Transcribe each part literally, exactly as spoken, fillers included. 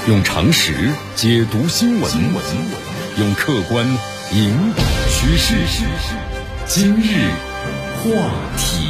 用常识解读新闻，用客观引导趋势。今日话题，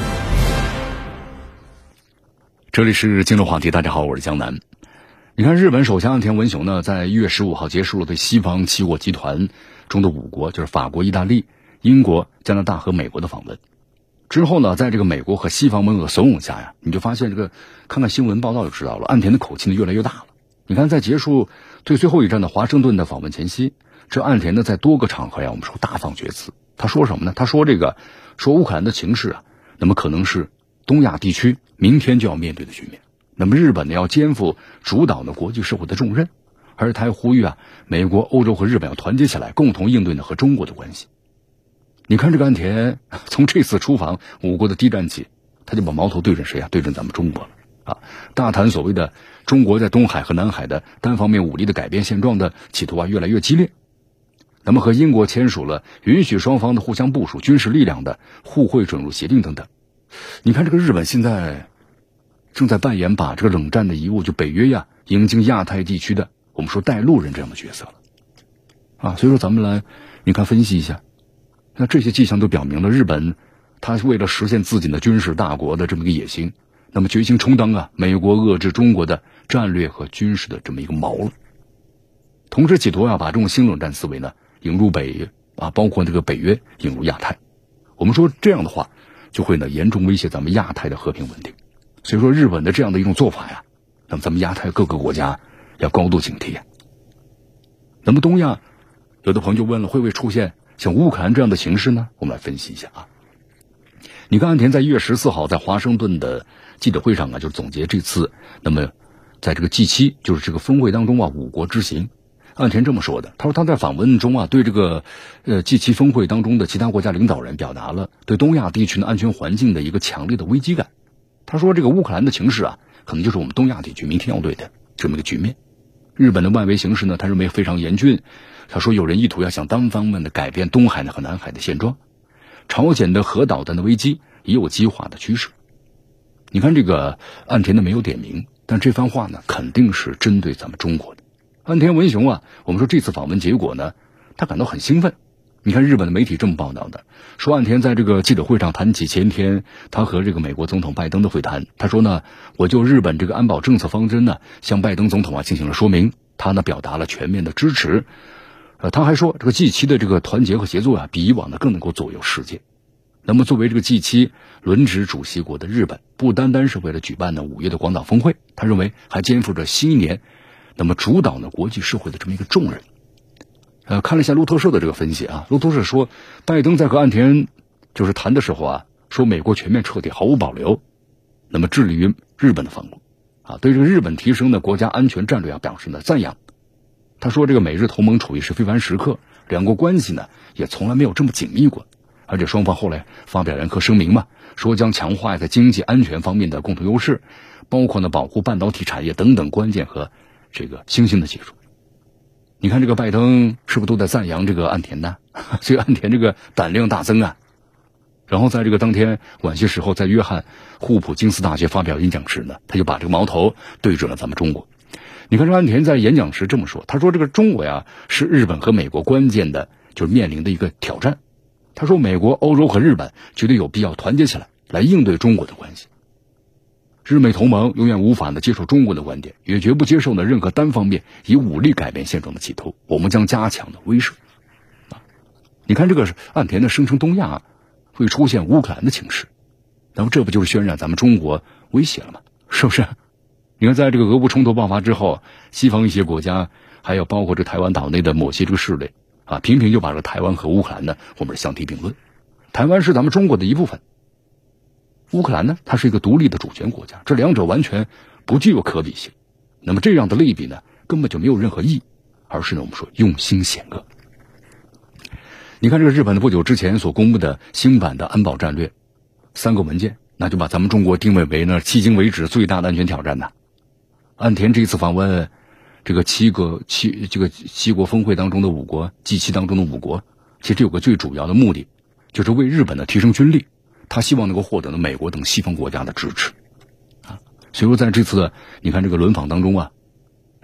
这里是今日话题。大家好，我是江南。你看，日本首相岸田文雄呢，在一月十五号结束了对西方七国集团中的五国，就是法国、意大利、英国、加拿大和美国的访问。之后呢，在这个美国和西方盟友的怂恿下呀，你就发现这个，看看新闻报道就知道了，岸田的口气呢越来越大了。你看，在结束对最后一站的华盛顿的访问前夕，这岸田呢在多个场合呀，我们说大放厥词。他说什么呢？他说这个说乌克兰的情势啊，那么可能是东亚地区明天就要面对的局面。那么日本呢要肩负主导呢国际社会的重任，而他还呼吁啊，美国、欧洲和日本要团结起来，共同应对呢和中国的关系。你看这个岸田从这次出访五国的第一站起，他就把矛头对准谁啊？对准咱们中国了啊！大谈所谓的中国在东海和南海的单方面武力的改变现状的企图啊，越来越激烈。那么和英国签署了允许双方的互相部署军事力量的互惠准入协定等等。你看这个日本现在正在扮演把这个冷战的遗物就北约呀引进亚太地区的我们说带路人这样的角色了啊。所以说咱们来你看分析一下，那这些迹象都表明了日本他为了实现自己的军事大国的这么一个野心，那么决心充当啊美国遏制中国的战略和军事的这么一个锚了。同时企图要把这种新冷战思维呢引入北啊，包括这个北约引入亚太。我们说这样的话就会呢严重威胁咱们亚太的和平稳定。所以说日本的这样的一种做法呀，那么咱们亚太各个国家要高度警惕呀。那么东亚有的朋友就问了，会不会出现像乌克兰这样的形势呢？我们来分析一下啊。你看岸田在一月十四号在华盛顿的记者会上啊，就是总结这次那么在这个 G 七 就是这个峰会当中啊五国之行。岸田这么说的，他说他在访问中啊，对这个呃 G 七 峰会当中的其他国家领导人表达了对东亚地区的安全环境的一个强烈的危机感。他说这个乌克兰的情势啊，可能就是我们东亚地区明天要对的这么一个局面。日本的外围形势呢，他认为非常严峻。他说有人意图要想单方面的改变东海和南海的现状，朝鲜的核导弹的危机也有激化的趋势。你看这个岸田呢没有点名，但这番话呢肯定是针对咱们中国的。岸田文雄啊，我们说这次访问结果呢，他感到很兴奋。你看日本的媒体这么报道的，说岸田在这个记者会上谈起前天他和这个美国总统拜登的会谈。他说呢，我就日本这个安保政策方针呢，向拜登总统啊进行了说明，他呢表达了全面的支持。呃，他还说这个 G 七 的这个团结和协作啊，比以往呢更能够左右世界。那么作为这个 G 七 轮值主席国的日本，不单单是为了举办呢五月的广岛峰会，他认为还肩负着新一年那么主导呢国际社会的这么一个重任。呃，看了一下路透社的这个分析啊，路透社说，拜登在和岸田就是谈的时候啊，说美国全面彻底毫无保留，那么致力于日本的防务啊，对这个日本提升的国家安全战略啊表示呢赞扬。他说这个美日同盟处于是非凡时刻，两国关系呢也从来没有这么紧密过，而且双方后来发表联合声明嘛，说将强化在经济安全方面的共同优势，包括呢保护半导体产业等等关键和这个新兴的技术。你看这个拜登是不是都在赞扬这个岸田呢？所以岸田这个胆量大增啊。然后在这个当天晚些时候，在约翰霍普金斯大学发表演讲时呢，他就把这个矛头对准了咱们中国。你看这岸田在演讲时这么说，他说这个中国呀是日本和美国关键的就是面临的一个挑战。他说美国、欧洲和日本绝对有必要团结起来来应对中国的关系。日美同盟永远无法呢接受中国的观点，也绝不接受呢任何单方面以武力改变现状的企图。我们将加强的威慑。啊，你看这个岸田的声称东亚会出现乌克兰的情势，那么这不就是渲染咱们中国威胁了吗？是不是？你看在这个俄乌冲突爆发之后，西方一些国家还有包括这台湾岛内的某些这个势力啊，频频就把这台湾和乌克兰呢我们相提并论。台湾是咱们中国的一部分，乌克兰呢，它是一个独立的主权国家，这两者完全不具有可比性。那么这样的类比呢，根本就没有任何意义，而是呢我们说用心险恶。你看这个日本的不久之前所公布的新版的安保战略，三个文件，那就把咱们中国定位为呢迄今为止最大的安全挑战呢。岸田这次访问这个七个七这个七国峰会当中的五国 G 七 当中的五国，其实有个最主要的目的，就是为日本的提升军力，他希望能够获得呢美国等西方国家的支持啊。所以说在这次你看这个轮访当中啊，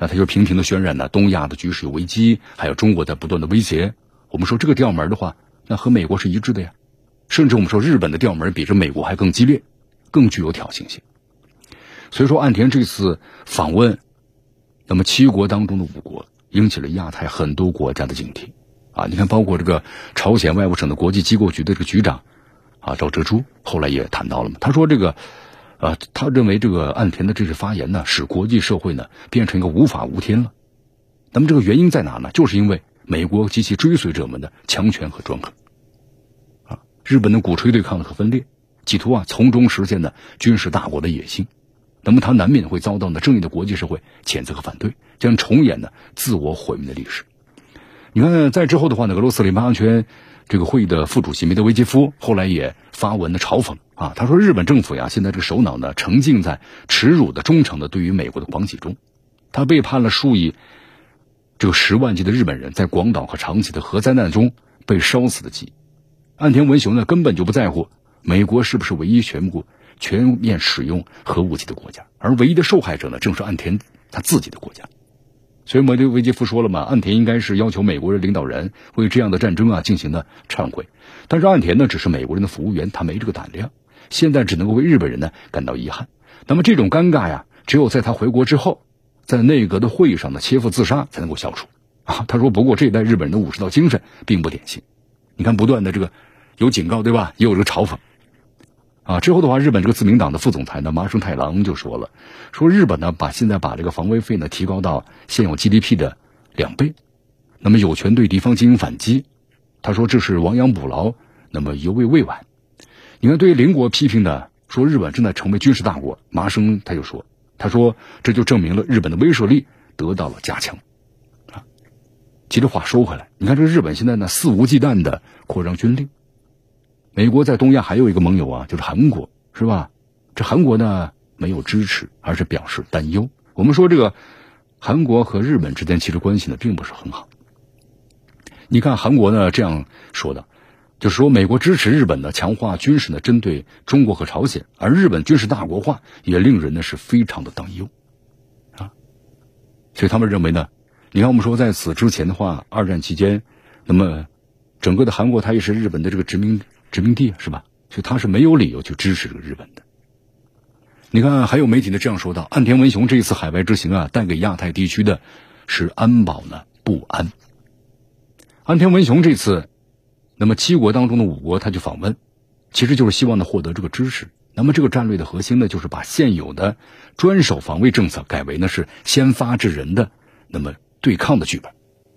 那他就频频的渲染呢，东亚的局势有危机，还有中国在不断的威胁。我们说这个调门的话，那和美国是一致的呀。甚至我们说日本的调门比这美国还更激烈，更具有挑衅性。所以说岸田这次访问，那么七国当中的五国引起了亚太很多国家的警惕啊！你看，包括这个朝鲜外务省的国际机构局的这个局长啊赵哲洙，后来也谈到了嘛，他说这个呃，他认为这个岸田的这次发言呢，使国际社会呢变成一个无法无天了。那么这个原因在哪呢？就是因为美国及其追随者们的强权和专横啊，日本的鼓吹对抗和分裂，企图啊从中实现呢军事大国的野心。那么他难免会遭到呢正义的国际社会谴责和反对，将重演呢自我毁灭的历史。你看，在之后的话呢，俄罗斯联邦安全这个会议的副主席梅德韦杰夫后来也发文的嘲讽啊，他说日本政府呀，现在这个首脑呢沉浸在耻辱的忠诚的对于美国的狂喜中，他背叛了数以这个十万计的日本人在广岛和长崎的核灾难中被烧死的记忆。岸田文雄呢根本就不在乎美国是不是唯一全部全面使用核武器的国家，而唯一的受害者呢正是岸田他自己的国家。所以梅德韦杰夫说了嘛，岸田应该是要求美国人领导人为这样的战争啊进行了忏悔，但是岸田呢只是美国人的服务员，他没这个胆量，现在只能够为日本人呢感到遗憾。那么这种尴尬呀，只有在他回国之后，在内阁的会议上呢切腹自杀才能够消除啊。他说，不过这一代日本人的武士道精神并不典型，你看不断的这个有警告对吧，也有这个嘲讽啊。之后的话，日本这个自民党的副总裁呢麻生太郎就说了，说日本呢把现在把这个防卫费呢提高到现有 G D P 的两倍，那么有权对敌方进行反击。他说这是亡羊补牢，那么犹未未晚。你看，对于邻国批评的说日本正在成为军事大国，麻生他就说，他说这就证明了日本的威慑力得到了加强啊。其实话说回来，你看这个日本现在呢肆无忌惮的扩张军力。美国在东亚还有一个盟友啊，就是韩国，是吧？这韩国呢没有支持，而是表示担忧。我们说这个韩国和日本之间其实关系呢并不是很好。你看韩国呢这样说的，就是说美国支持日本呢强化军事呢针对中国和朝鲜，而日本军事大国化也令人呢是非常的担忧啊。所以他们认为呢，你看我们说在此之前的话，二战期间，那么整个的韩国它也是日本的这个殖民殖民地，是吧？所以他是没有理由去支持这个日本的。你看，还有媒体呢这样说到，岸田文雄这一次海外之行啊，带给亚太地区的是安保呢不安。岸田文雄这次，那么七国当中的五国他去访问，其实就是希望呢获得这个支持。那么这个战略的核心呢，就是把现有的专守防卫政策改为呢是先发制人的那么对抗的剧本。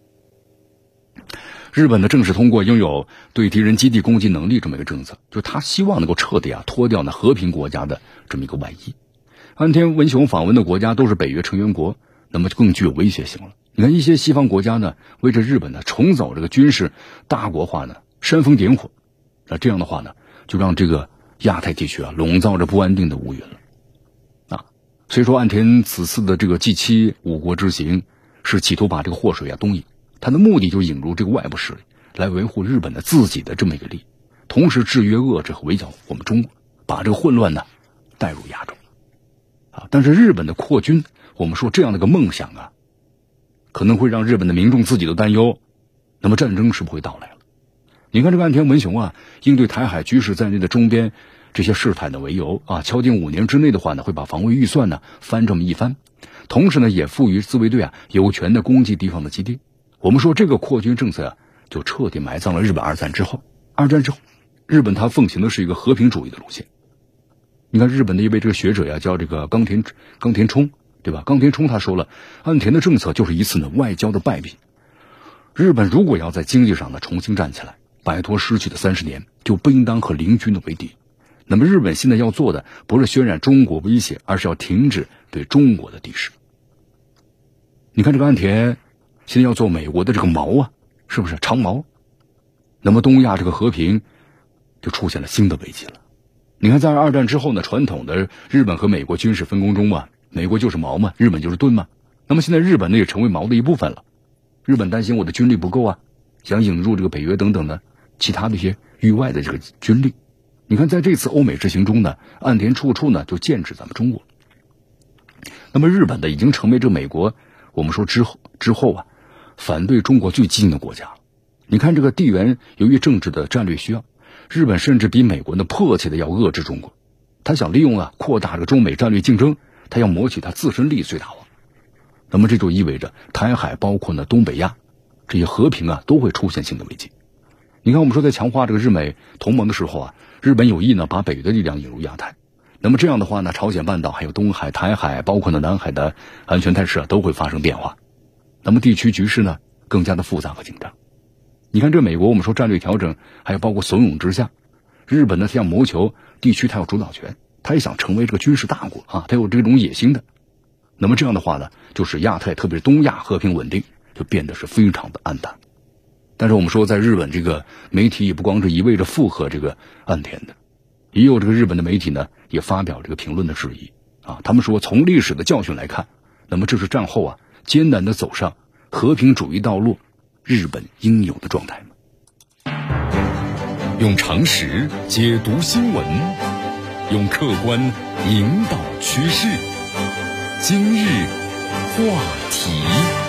日本呢正是通过拥有对敌人基地攻击能力这么一个政策，就是他希望能够彻底啊脱掉呢和平国家的这么一个外衣。岸田文雄访问的国家都是北约成员国，那么就更具有威胁性了。你看一些西方国家呢为着日本呢重走这个军事大国化呢煽风点火，那这样的话呢就让这个亚太地区啊笼罩着不安定的乌云了啊。所以说岸田此次的这个 G 七 五国之行是企图把这个祸水啊东引，他的目的就引入这个外部势力来维护日本的自己的这么一个利益，同时制约遏制和围剿我们中国，把这个混乱呢带入亚洲啊。但是日本的扩军，我们说这样的一个梦想啊，可能会让日本的民众自己都担忧，那么战争是不会到来了。你看这个岸田文雄啊，应对台海局势在内的周边这些事态的为由啊，敲定五年之内的话呢，会把防卫预算呢翻这么一番，同时呢也赋予自卫队啊有权的攻击敌方的基地。我们说这个扩军政策啊，就彻底埋葬了日本二战之后，二战之后，日本它奉行的是一个和平主义的路线。你看日本的一位这个学者呀，叫这个冈田冈田冲，对吧？冈田冲他说了，岸田的政策就是一次呢外交的败笔。日本如果要在经济上呢重新站起来，摆脱失去的三十年，就不应当和邻居的为敌。那么日本现在要做的不是渲染中国威胁，而是要停止对中国的敌视。你看这个岸田现在要做美国的这个矛啊，是不是长矛？那么东亚这个和平就出现了新的危机了。你看在二战之后呢，传统的日本和美国军事分工中嘛，美国就是矛嘛，日本就是盾嘛。那么现在日本呢也成为矛的一部分了。日本担心我的军力不够啊，想引入这个北约等等的其他的一些域外的这个军力。你看在这次欧美之行中呢，岸田处处呢就剑指咱们中国。那么日本呢已经成为这美国我们说之后之后啊，反对中国最激进的国家。你看这个地缘，由于政治的战略需要，日本甚至比美国呢迫切的要遏制中国，他想利用啊扩大这个中美战略竞争，他要谋取他自身利益最大化。那么这就意味着台海包括呢东北亚这些和平啊都会出现新的危机。你看我们说在强化这个日美同盟的时候啊，日本有意呢把北约的力量引入亚太，那么这样的话呢，朝鲜半岛还有东海、台海包括呢南海的安全态势啊都会发生变化，那么地区局势呢更加的复杂和紧张。你看这美国我们说战略调整还有包括怂恿之下，日本呢想谋求地区它有主导权，他也想成为这个军事大国啊，他有这种野心的。那么这样的话呢，就使亚太特别是东亚和平稳定就变得是非常的暗淡。但是我们说在日本这个媒体也不光是一味着附和这个岸田的，也有这个日本的媒体呢也发表这个评论的质疑啊，他们说从历史的教训来看，那么这是战后啊艰难的走上和平主义道路日本应有的状态吗？ 用常识解读新闻，用客观引导趋势。今日话题。